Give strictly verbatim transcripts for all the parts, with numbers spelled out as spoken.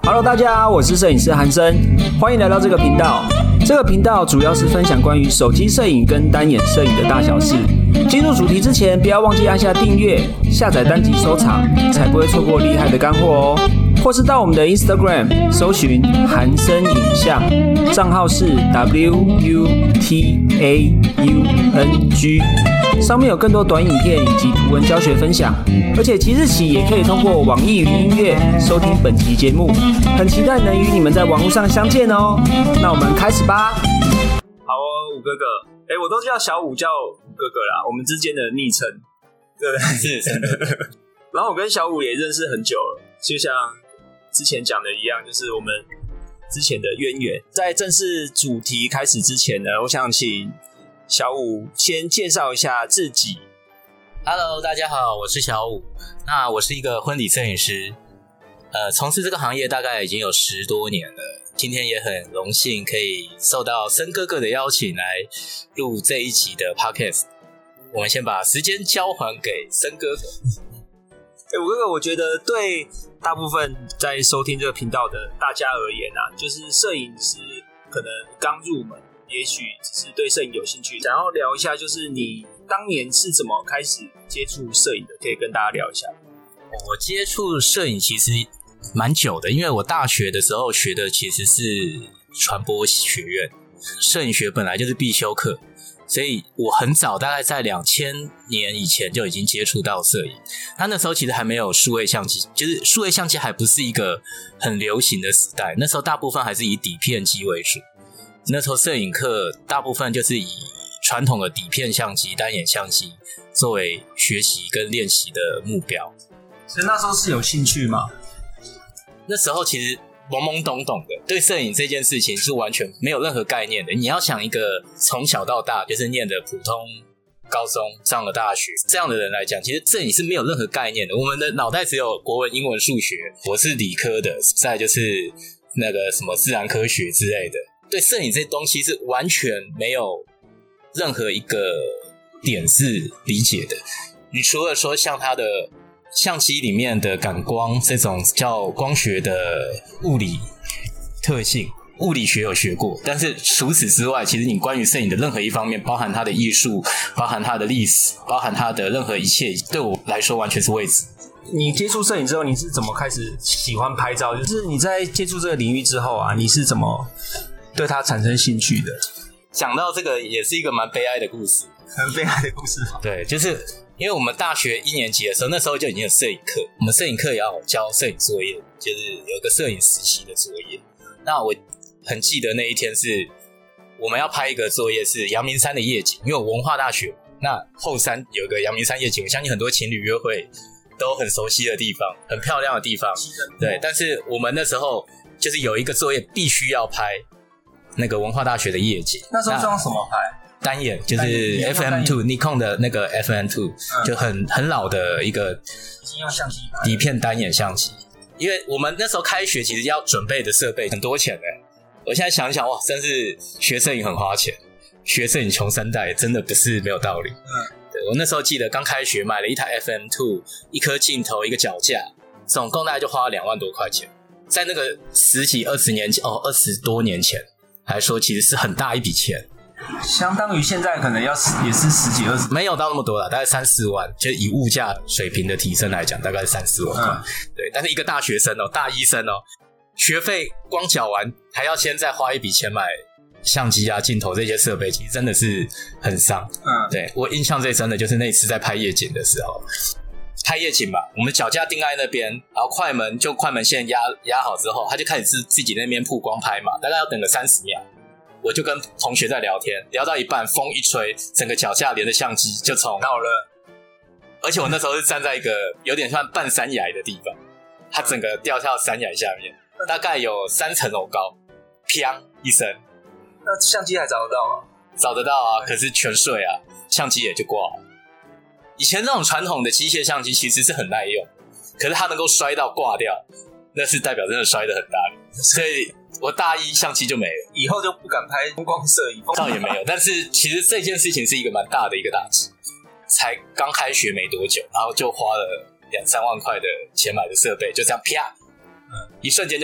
Hello， 大家好，我是摄影师韩生，欢迎来到这个频道。这个频道主要是分享关于手机摄影跟单眼摄影的大小事。进入主题之前，不要忘记按下订阅、下载单集收藏，才不会错过厉害的干货哦。或是到我们的 Instagram 搜寻韩生影像，账号是 W U T A U N G， 上面有更多短影片以及图文教学分享，而且即日起也可以通过网易云音乐收听本期节目，很期待能与你们在网络上相见哦。那我们开始吧。好哦，五哥哥，哎，我都叫小五叫五哥哥啦，我们之间的昵称，对不对？是。然后我跟小五也认识很久了，就像之前讲的一样，就是我们之前的渊源。在正式主题开始之前呢，我想请小五先介绍一下自己。 Hello， 大家好，我是小五。那我是一个婚礼摄影师，呃，从事这个行业大概已经有十多年了。今天也很荣幸可以受到森哥哥的邀请来录这一集的 Podcast。我们先把时间交还给森哥哥。 欸，五哥哥，我觉得对大部分在收听这个频道的大家而言啊，就是摄影师可能刚入门，也许只是对摄影有兴趣，想要聊一下，就是你当年是怎么开始接触摄影的，可以跟大家聊一下。 我接触摄影其实蛮久的，因为我大学的时候学的其实是传播学院，摄影学本来就是必修课。所以我很早，大概在两千年以前就已经接触到摄影。那那时候其实还没有数位相机，就是数位相机还不是一个很流行的时代。那时候大部分还是以底片机为主。那时候摄影课大部分就是以传统的底片相机、单眼相机作为学习跟练习的目标。 所以那时候是有兴趣吗？ 那时候其实懵懵懂懂的，对摄影这件事情是完全没有任何概念的。你要想一个从小到大就是念的普通高中上了大学这样的人来讲，其实摄影是没有任何概念的。我们的脑袋只有国文、英文、数学，我是理科的，再来就是那个什么自然科学之类的。对摄影这些东西是完全没有任何一个点是理解的。你除了说像它的相机里面的感光这种叫光学的物理特性，物理学有学过，但是除此之外，其实你关于摄影的任何一方面，包含它的艺术，包含它的历史，包含它的任何一切，对我来说完全是未知。 你接触摄影之后，你是怎么开始喜欢拍照？就是你在接触这个领域之后啊，你是怎么对它产生兴趣的？ 讲到这个也是一个蛮悲哀的故事。 很悲哀的故事。 对，就是因为我们大学一年级的时候，那时候就已经有摄影课，我们摄影课也要交摄影作业，就是有一个摄影实习的作业。那我很记得那一天是我们要拍一个作业，是阳明山的夜景，因为我文化大学，那后山有个阳明山夜景，我相信很多情侣约会都很熟悉的地方，很漂亮的地方。对，但是我们那时候就是有一个作业必须要拍那个文化大学的夜景。 那时候是用什么拍？ 单眼，就是 F M 二 Nikon 的那个 F M 二、嗯、就很很老的一个已经用相机拍底片单眼相机。因为我们那时候开学其实要准备的设备很多钱的，我现在想一想，哇，真是学摄影很花钱，学摄影穷三代真的不是没有道理。嗯，对，我那时候记得刚开学买了一台 F M 二， 一颗镜头，一个脚架，总共大概就花了两万多块钱。在那个十几二十年前，哦，二十多年前来说，其实是很大一笔钱。 相当于现在可能要也是十几二十， 没有到那么多啦，大概三四万，就以物价水平的提升来讲，大概三四万块、嗯。对，但是一个大学生哦，大一生哦，学费光缴完，还要先再花一笔钱买相机啊、镜头这些设备，其实真的是很伤。嗯，对，我印象最深的就是那次在拍夜景的时候，拍夜景吧，我们脚架定在那边，然后快门就快门线压压好之后，他就开始自自己那边曝光拍嘛，大概要等个三十秒。我就跟同学在聊天，聊到一半，风一吹，整个脚架连着相机就从倒了。 而且我那时候是站在一个有点像半山崖的地方，它整个掉到山崖下面，大概有三层楼高，砰一声。 那相机还找得到吗？ 找得到啊，可是全碎啊，相机也就挂了。以前那种传统的机械相机其实是很耐用，可是它能够摔到挂掉，那是代表真的摔得很大力，所以我大一相机就没了， 以后就不敢拍风光摄影。 倒也没有，但是其实这件事情是一个蛮大的一个打击。才刚开学没多久，然后就花了两三万块的钱买的设备，就这样啪，一瞬间就没了。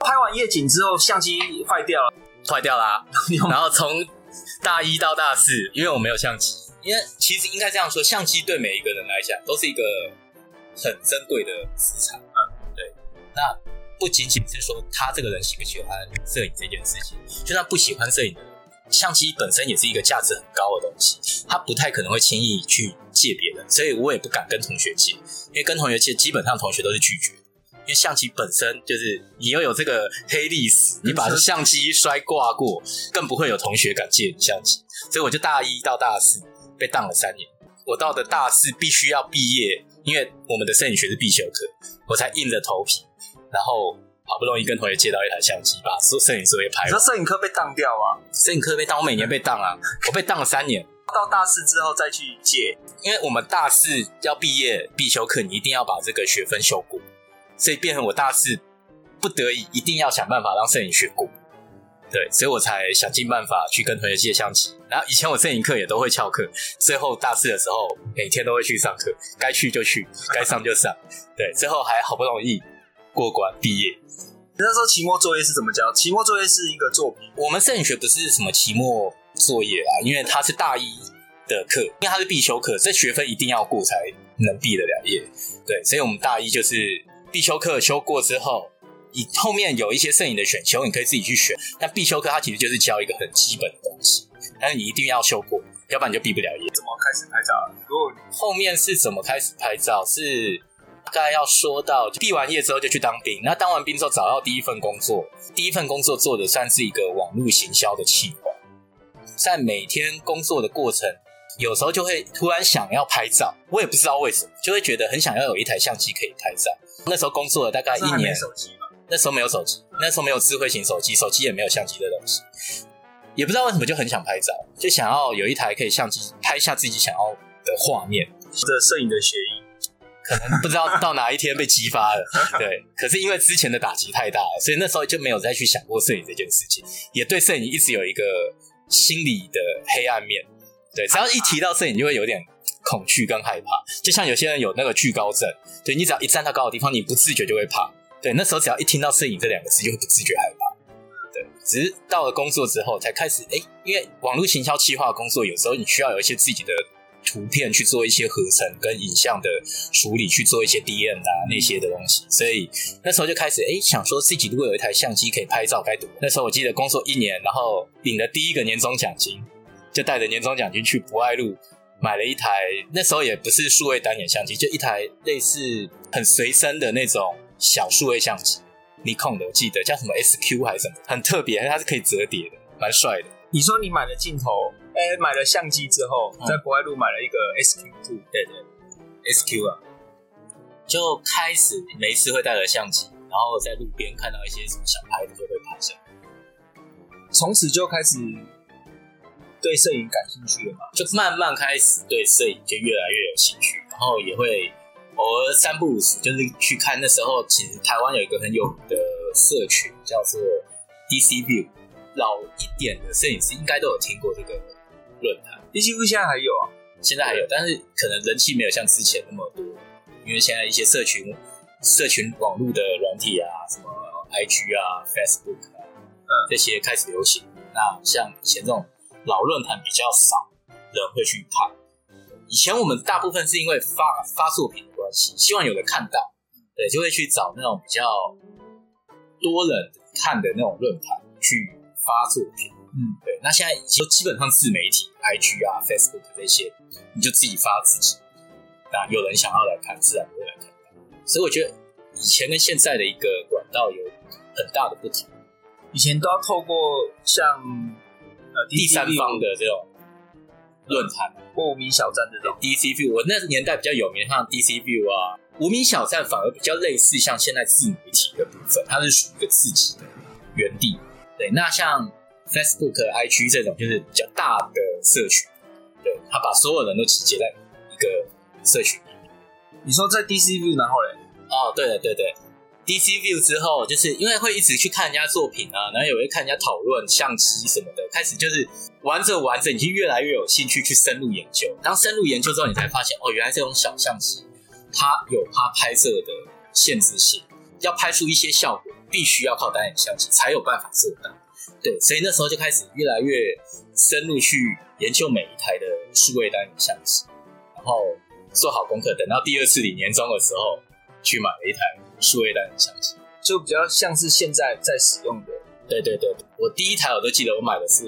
拍完夜景之后，相机坏掉了， 坏掉啦、啊。然后从大一到大四，因为我没有相机，因为其实应该这样说，相机对每一个人来讲都是一个很珍贵的资产。嗯，对。那不仅仅是说他这个人喜不喜欢摄影这件事情，就算不喜欢摄影的人，相机本身也是一个价值很高的东西，他不太可能会轻易去借别人，所以我也不敢跟同学借，因为跟同学借基本上同学都是拒绝。因为相机本身就是你又有这个黑历史，你把相机摔挂过，更不会有同学敢借你相机。所以我就大一到大四被当了三年，我到的大四必须要毕业，因为我们的摄影学是必修课，我才硬着头皮，然后好不容易跟同学借到一台相机，把摄影作业拍完。 你说摄影课被当掉吗？ 摄影课被当，我每年被当啊，我被当了三年。 到大四之后再去借， 因为我们大四要毕业必修课，你一定要把这个学分修过，所以变成我大四不得已一定要想办法让摄影学过。对，所以我才想尽办法去跟同学借相机。然后以前我摄影课也都会翘课，最后大四的时候每天都会去上课，该去就去，该上就上。对，最后还好不容易过关毕业。 那时候期末作业是怎么教？期末作业是一个作品。 我们摄影学不是什么期末作业啦，因为它是大一的课，因为它是必修课，这学分一定要过才能毕得了业。对，所以我们大一就是必修课修过之后，你后面有一些摄影的选修你可以自己去选，但必修课它其实就是教一个很基本的东西，但是你一定要修过，要不然你就毕不了业。 怎么开始拍照？如果后面是怎么开始拍照是大概要说到毕完业之后就去当兵，那当完兵之后找到第一份工作，第一份工作做的算是一个网络行销的企划，在每天工作的过程有时候就会突然想要拍照，我也不知道为什么，就会觉得很想要有一台相机可以拍照。那时候工作了大概一年， 手机嘛， 那时候没有手机，那时候没有智慧型手机，手机也没有相机的东西，也不知道为什么就很想拍照，就想要有一台可以相机拍下自己想要的画面。 这摄影的协议可能不知道到哪一天被激发了，对。可是因为之前的打击太大了，所以那时候就没有再去想过摄影这件事情，也对摄影一直有一个心理的黑暗面。对，只要一提到摄影，就会有点恐惧跟害怕。就像有些人有那个惧高症，对，你只要一站到高的地方，你不自觉就会怕。对，那时候只要一听到摄影这两个字，就会不自觉害怕。对，只是到了工作之后才开始，哎，因为网络行销企划的工作，有时候你需要有一些自己的图片去做一些合成跟影像的处理，去做一些 D M 啊那些的东西，所以那时候就开始哎想说自己如果有一台相机可以拍照该多。那时候我记得工作一年，然后领了第一个年终奖金，就带着年终奖金去博爱路买了一台，那时候也不是数位单眼相机，就一台类似很随身的那种小数位相机，尼康的，我记得叫什么 S Q 还是什么，很特别，它是可以折叠的，蛮帅的。 你说你买了镜头，哎，买了相机之后，在博爱路买了一个 S Q 二， 对对 ，S Q 啊，就开始每一次会带着相机，然后在路边看到一些什么想拍的就会拍下来， 从此就开始对摄影感兴趣了嘛？ 就慢慢开始对摄影就越来越有兴趣，然后也会偶尔三不五时就是去看。那时候其实台湾有一个很有名的社群叫做 D C View， 老一点的摄影师应该都有听过这个论坛。 D C View 现在还有啊？ 现在还有，但是可能人气没有像之前那么多，因为现在一些社群社群网络的软体啊，什么 I G 啊 Facebook 啊、嗯、这些开始流行。那像以前这种老论坛比较少人会去看，以前我们大部分是因为发发作品的关系，希望有人看到，对，就会去找那种比较多人看的那种论坛去发作品。嗯，对。那现在就基本上自媒体 I G 啊 Facebook 这些，你就自己发自己，那有人想要来看，自然会来看到。所以我觉得以前跟现在的一个管道有很大的不同。 以前都要透过像呃第三方的这种论坛或无名小站这种 D C View， 我那个年代比较有名，像 D C View 啊，无名小站反而比较类似像现在自媒体的部分，它是属于一个自己的园地。对，那像 Facebook、I G 这种就是比较大的社群，对，它把所有人都集结在一个社群里面。 你说在 D C View 然后嘞？ 哦，对了对对 ，D C View 之后，就是因为会一直去看人家作品啊，然后也会看人家讨论相机什么的，开始就是玩着玩着，你就越来越有兴趣去深入研究。当深入研究之后，你才发现哦，原来这种小相机它有它拍摄的限制性， 要拍出一些效果，必须要靠单眼相机才有办法做到。对，所以那时候就开始越来越深入去研究每一台的数位单眼相机，然后做好功课，等到第二次领年终的时候去买了一台数位单眼相机， 就比较像是现在在使用的。 对对对，我第一台我都记得我买的是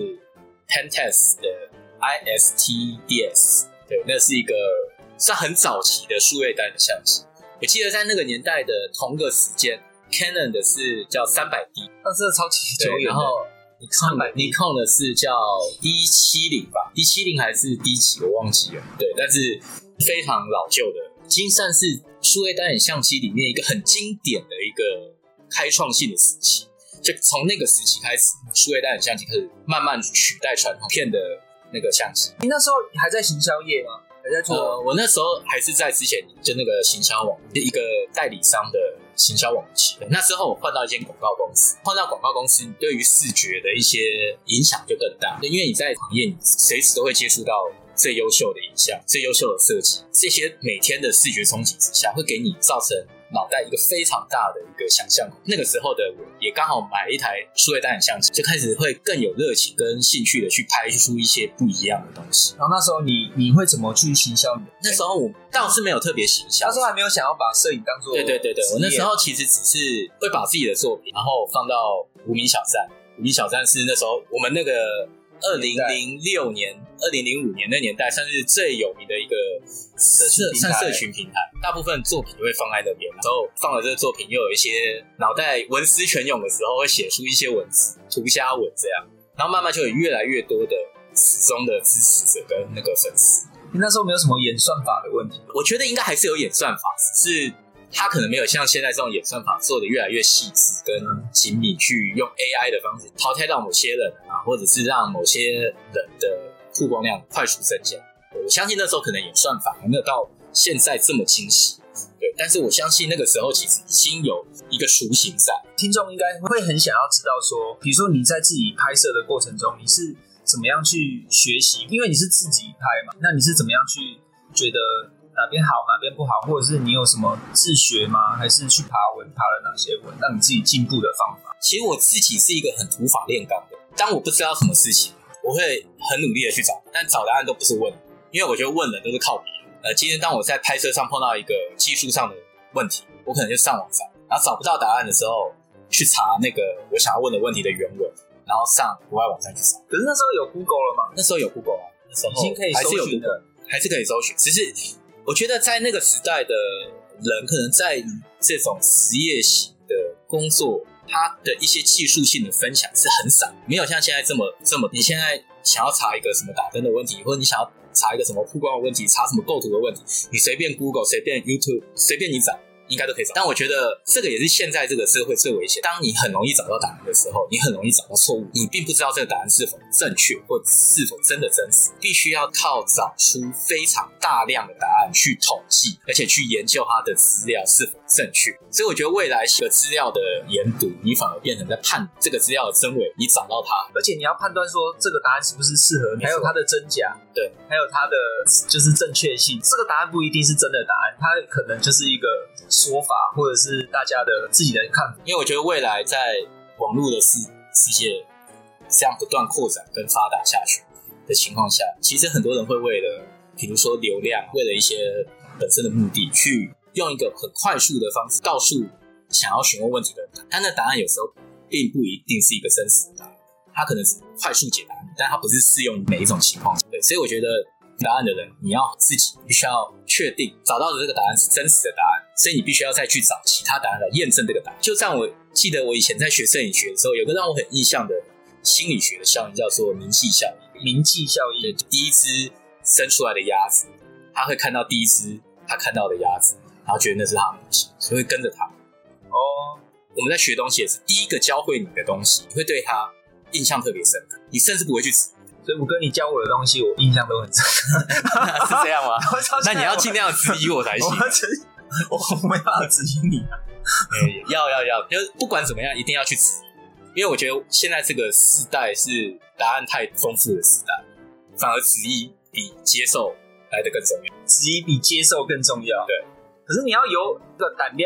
Pentax 的 I S T D S， 对，那是一个算很早期的数位单眼相机。我记得在那个年代的同个时间 Canon 的是叫 三百 D， 那真的超级久远的。 然后 Nikon, Nikon 的是叫 D 七十 吧 D 七十 还是 D 几我忘记了，对，但是非常老旧的，已经算是数位单眼相机里面一个很经典的一个开创性的时期。就从那个时期开始，数位单眼相机开始慢慢取代传统片的那个相机。 你那时候还在行销业吗？还在做？ 呃，我那时候还是在之前就那个行销网，一个代理商的行销网企。那时候我换到一间广告公司，换到广告公司，对于视觉的一些影响就更大，因为你在行业你随时都会接触到最优秀的影像、最优秀的设计，这些每天的视觉冲击之下，会给你造成脑袋一个非常大的一个想象。那个时候的我也刚好买了一台数位单眼相机，就开始会更有热情跟兴趣的去拍出一些不一样的东西。 然后那时候你你会怎么去行销？ 那时候我倒是没有特别行销， 那时候还没有想要把摄影当做。 对对对对，我那时候其实只是会把自己的作品，然后放到无名小站。无名小站是那时候我们那个二零零六年、二零零五年那年代算是最有名的一个社算社群平台，大部分作品就会放在那边。然后放了这个作品，又有一些脑袋文思泉涌的时候，会写出一些文字、涂鸦文这样。然后慢慢就有越来越多的始终的支持者跟那个粉丝。 你那时候没有什么演算法的问题？ 我觉得应该还是有演算法，只是它可能没有像现在这种演算法做的越来越细致跟精密，去用 A I 的方式淘汰到某些人啊，或者是让某些人的曝光量快速增加。我相信那时候可能演算法还没有到现在这么精细，对，但是我相信那个时候其实已经有一个雏形在。 听众应该会很想要知道说，比如说你在自己拍摄的过程中，你是怎么样去学习？因为你是自己拍嘛，那你是怎么样去觉得哪边好哪边不好，或者是你有什么自学吗？还是去爬文爬了哪些文，让你自己进步的方法？ 其实我自己是一个很土法炼钢的，当我不知道什么事情，我会很努力的去找，但找答案都不是问，因为我觉得问人都是靠别人。呃，今天当我在拍摄上碰到一个技术上的问题，我可能就上网找，然后找不到答案的时候，去查那个我想要问的问题的原文，然后上国外网站去找。 可是那时候有 Google 了吗？ 那时候有 Google 啊，那时候已经可以搜寻了， 还是可以搜寻。只是我觉得在那个时代的人，可能在这种实业型的工作，他的一些技术性的分享是很少，没有像现在这么这么。你现在想要查一个什么打灯的问题，或者你想要查一个什么曝光的问题，查什么构图的问题，你随便 Google 随便 YouTube 随便你找应该都可以找。但我觉得这个也是现在这个社会最危险，当你很容易找到答案的时候，你很容易找到错误，你并不知道这个答案是否正确或者是否真的真实，必须要靠找出非常大量的答案去统计，而且去研究它的资料是否正确。所以我觉得未来写资料的研读，你反而变成在判这个资料的真伪，你找到它， 而且你要判断说这个答案是不是适合你，还有它的真假， 对， 还有它的就是正确性。这个答案不一定是真的答案，它可能就是一个说法，或者是大家的自己的看法。 因为我觉得未来在网络的世世界这样不断扩展跟发达下去的情况下，其实很多人会为了比如说流量，为了一些本身的目的，去用一个很快速的方式告诉想要询问问题的人，但那答案有时候并不一定是一个真实的答案，它可能是快速解答，但它不是适用于每一种情况。对，所以我觉得答案的人，你要自己必须要确定找到的这个答案是真实的答案，所以你必须要再去找其他答案来验证这个答案。就像我记得我以前在学摄影学的时候，有个让我很印象的心理学的效应叫做铭记效应。 铭记效应， 第一只生出来的鸭子，他会看到第一只他看到的鸭子，然后觉得那是他的东西，所以会跟着他。 哦， 我们在学东西也是，第一个教会你的东西，你会对他印象特别深刻，你甚至不会去质疑。 所以我跟你教我的东西，我印象都很深刻。 是这样吗？那你要尽量质疑我才行。 我, 我没办法质疑你啊。 欸、要要要，就是不管怎么样，一定要去质疑，因为我觉得现在这个时代是答案太丰富的时代，反而质疑比接受来得更重要。 质疑比接受更重要。 对。 可是你要有个胆量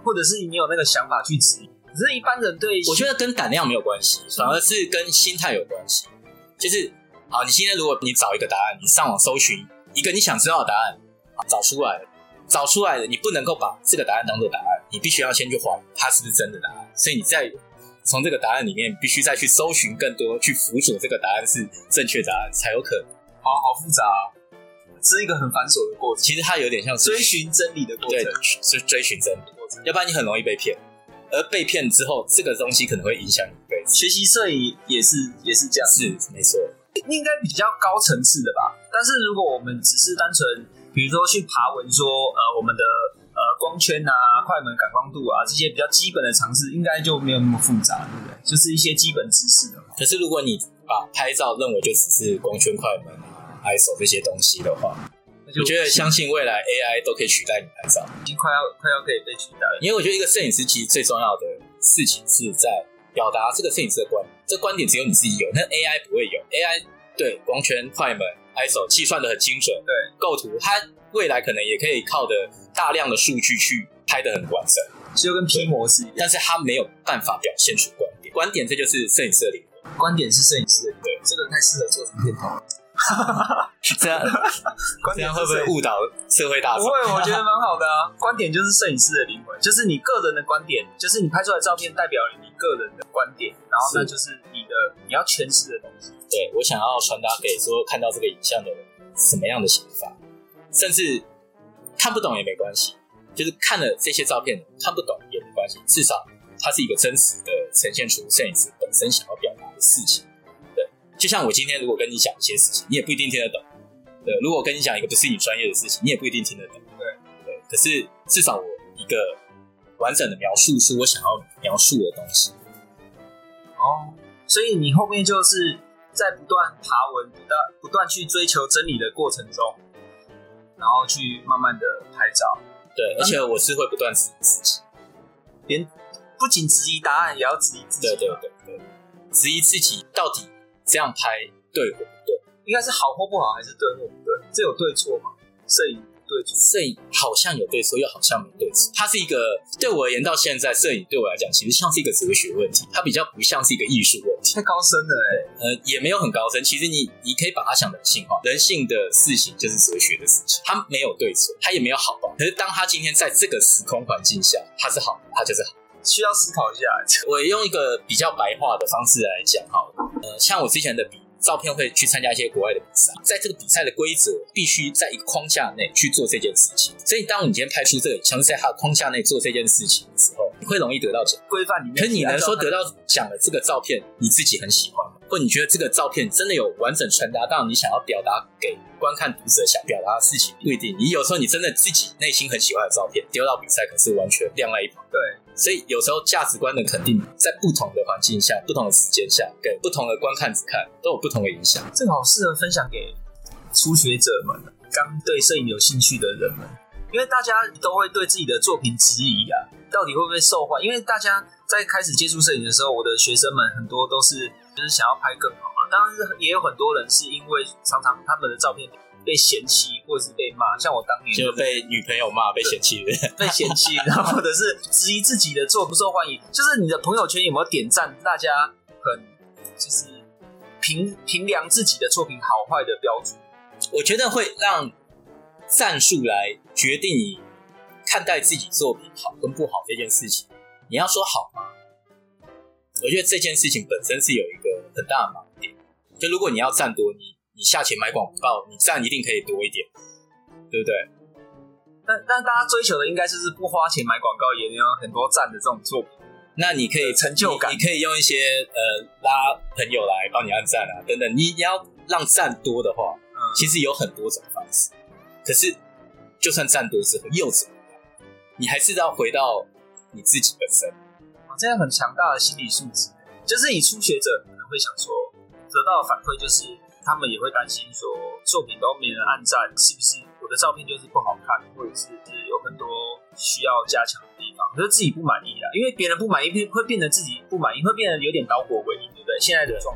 或者是你有那个想法去质疑。可是一般人对， 我觉得跟胆量没有关系，反而是跟心态有关系。就是好，你今天如果你找一个答案，你上网搜寻一个你想知道的答案，找出来了，找出来了，你不能够把这个答案当做答案，你必须要先去怀疑它是不是真的答案，所以你再从这个答案里面必须再去搜寻更多，去辅佐这个答案是正确答案才有可能。 好好复杂啊，是一个很繁琐的过程。 其实它有点像是追寻真理的过程， 对，是追寻真理的过程，要不然你很容易被骗。而被骗之后，这个东西可能会影响你一辈子。 学习摄影也是也是这样， 是没错， 应该比较高层次的吧。但是如果我们只是单纯，比如说去爬文说，呃，我们的呃光圈啊、快门、感光度啊这些比较基本的常识，应该就没有那么复杂，对不对？就是一些基本知识的话。 可是如果你把拍照认为就只是光圈、快门、I S O 这些东西的话，我觉得相信未来 A I 都可以取代你拍照， 已经快要快要可以被取代了。 因为我觉得一个摄影师其实最重要的事情是在表达这个摄影师的观点，这观点只有你自己有，那 A I 不会有。A I 对光圈、快门、I S O 计算的很精准， 对构图，它未来可能也可以靠的大量的数据去拍得很完整， 就跟 P 模式一样， 但是它没有办法表现出观点。观点这就是摄影师的灵魂， 观点是摄影师的灵魂，对，这个太适合做成片头了。 这样这样会不会误导社会大众？ 不会，我觉得蛮好的啊。观点就是摄影师的灵魂，就是你个人的观点，就是你拍出来的照片代表了你个人的观点，然后那就是你的你要诠释的东西。 对，我想要传达给所有看到这个影像的人什么样的想法，甚至看不懂也没关系，就是看了这些照片看不懂也没关系，至少它是一个真实的呈现出摄影师本身想要表达的事情。就像我今天如果跟你讲一些事情，你也不一定听得懂。对，如果我跟你讲一个不是你专业的事情，你也不一定听得懂。 对， 对。可是至少我一个完整的描述是我想要描述的东西。 哦，所以你后面就是在不断爬文、不断不断去追求真理的过程中，然后去慢慢的拍照。 对，而且我是会不断质疑自己， 连不仅质疑答案，也要质疑自己。 对对对对，质疑自己到底这样拍对或不对， 应该是好或不好，还是对或不对？这有对错吗？摄影对错？ 摄影好像有对错，又好像没对错。它是一个对我而言，到现在摄影对我来讲，其实像是一个哲学问题，它比较不像是一个艺术问题。 太高深了哎、欸， 呃，也没有很高深。其实你你可以把它想人性化，人性的事情就是哲学的事情，它没有对错，它也没有好不好。可是当它今天在这个时空环境下，它是好，它就是好。 需要思考一下。 我用一个比较白话的方式来讲好了，呃，像我之前的比照片会去参加一些国外的比赛，在这个比赛的规则必须在一个框架内去做这件事情，所以当你今天拍出这个像是在它的框架内做这件事情的时候，你会容易得到奖。 规范里面， 可是你能说得到奖的这个照片你自己很喜欢吗？或你觉得这个照片真的有完整传达到你想要表达给观看读者想表达的事情？不一定。你有时候你真的自己内心很喜欢的照片丢到比赛，可是完全亮在一旁。 对， 所以有时候价值观的肯定在不同的环境下、不同的时间下给不同的观看者看都有不同的影响。 正好适合分享给初学者们，刚对摄影有兴趣的人们，因为大家都会对自己的作品质疑啊，到底会不会受欢迎？因为大家在开始接触摄影的时候，我的学生们很多都是就是想要拍更好嘛，当然是也有很多人是因为常常他们的照片被嫌弃或者是被骂，像我当年就被女朋友骂、被嫌弃的， 被嫌弃，然后或者是质疑自己的做不受欢迎，就是你的朋友圈有没有点赞，大家很就是评评量自己的作品好坏的标准。 我觉得会让战术来决定你看待自己作品好跟不好这件事情。你要说好吗？我觉得这件事情本身是有一个很大的盲点。就如果你要赞多，你你下钱买广告，你赞一定可以多一点，对不对？ 但但大家追求的应该就是不花钱买广告也能有很多赞的这种作品。 那你可以成就感， 你，你可以用一些呃拉朋友来帮你按赞啊等等。你你要让赞多的话，嗯，其实有很多种方式。可是就算赞多之后又怎么样？你还是要回到你自己本身。 啊，这样很强大的心理素质，就是以初学者可能会想说，得到的反馈就是他们也会担心说，作品都没人按赞，是不是我的照片就是不好看，或者是有很多需要加强的地方，可是自己不满意啊，因为别人不满意会变得自己不满意，会变得有点倒果为因，对不对？现在的状态，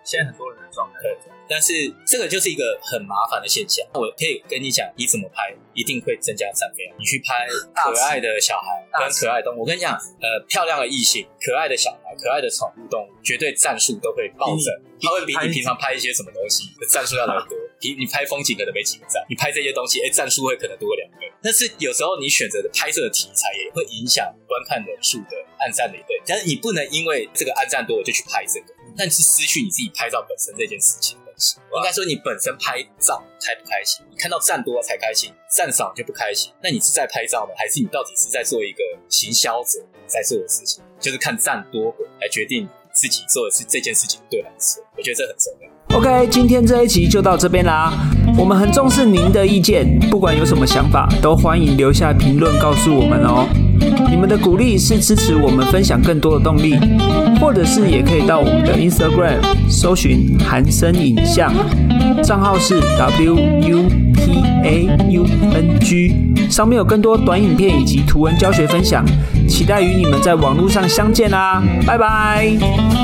现在很多人的状态。 对，但是这个就是一个很麻烦的现象。我可以跟你讲，你怎么拍一定会增加赞费。你去拍可爱的小孩跟可爱的动物，我跟你讲，呃，漂亮的异性、可爱的小孩、可爱的宠物动物，绝对战术都会暴增，它会比你平常拍一些什么东西的战术要来得多。你拍风景可能没几个赞，你拍这些东西，哎，战术会可能多两个。但是有时候你选择的拍摄的题材也会影响观看人数的按赞的对，但是你不能因为这个按赞多就去拍这个，但是失去你自己拍照本身这件事情本身。应该说你本身拍照开不开心，你看到赞多才开心，赞少就不开心。那你是在拍照呢，还是你到底是在做一个行销者在做的事情？就是看赞多来决定自己做的是这件事情对还是错。我觉得这很重要。 OK， 今天这一集就到这边啦。我们很重视您的意见，不管有什么想法，都欢迎留下评论告诉我们哦。你们的鼓励是支持我们分享更多的动力，或者是也可以到我们的 Instagram 搜寻韩生影像，账号是 W U P A U N G， 上面有更多短影片以及图文教学分享，期待与你们在网络上相见啦，拜拜。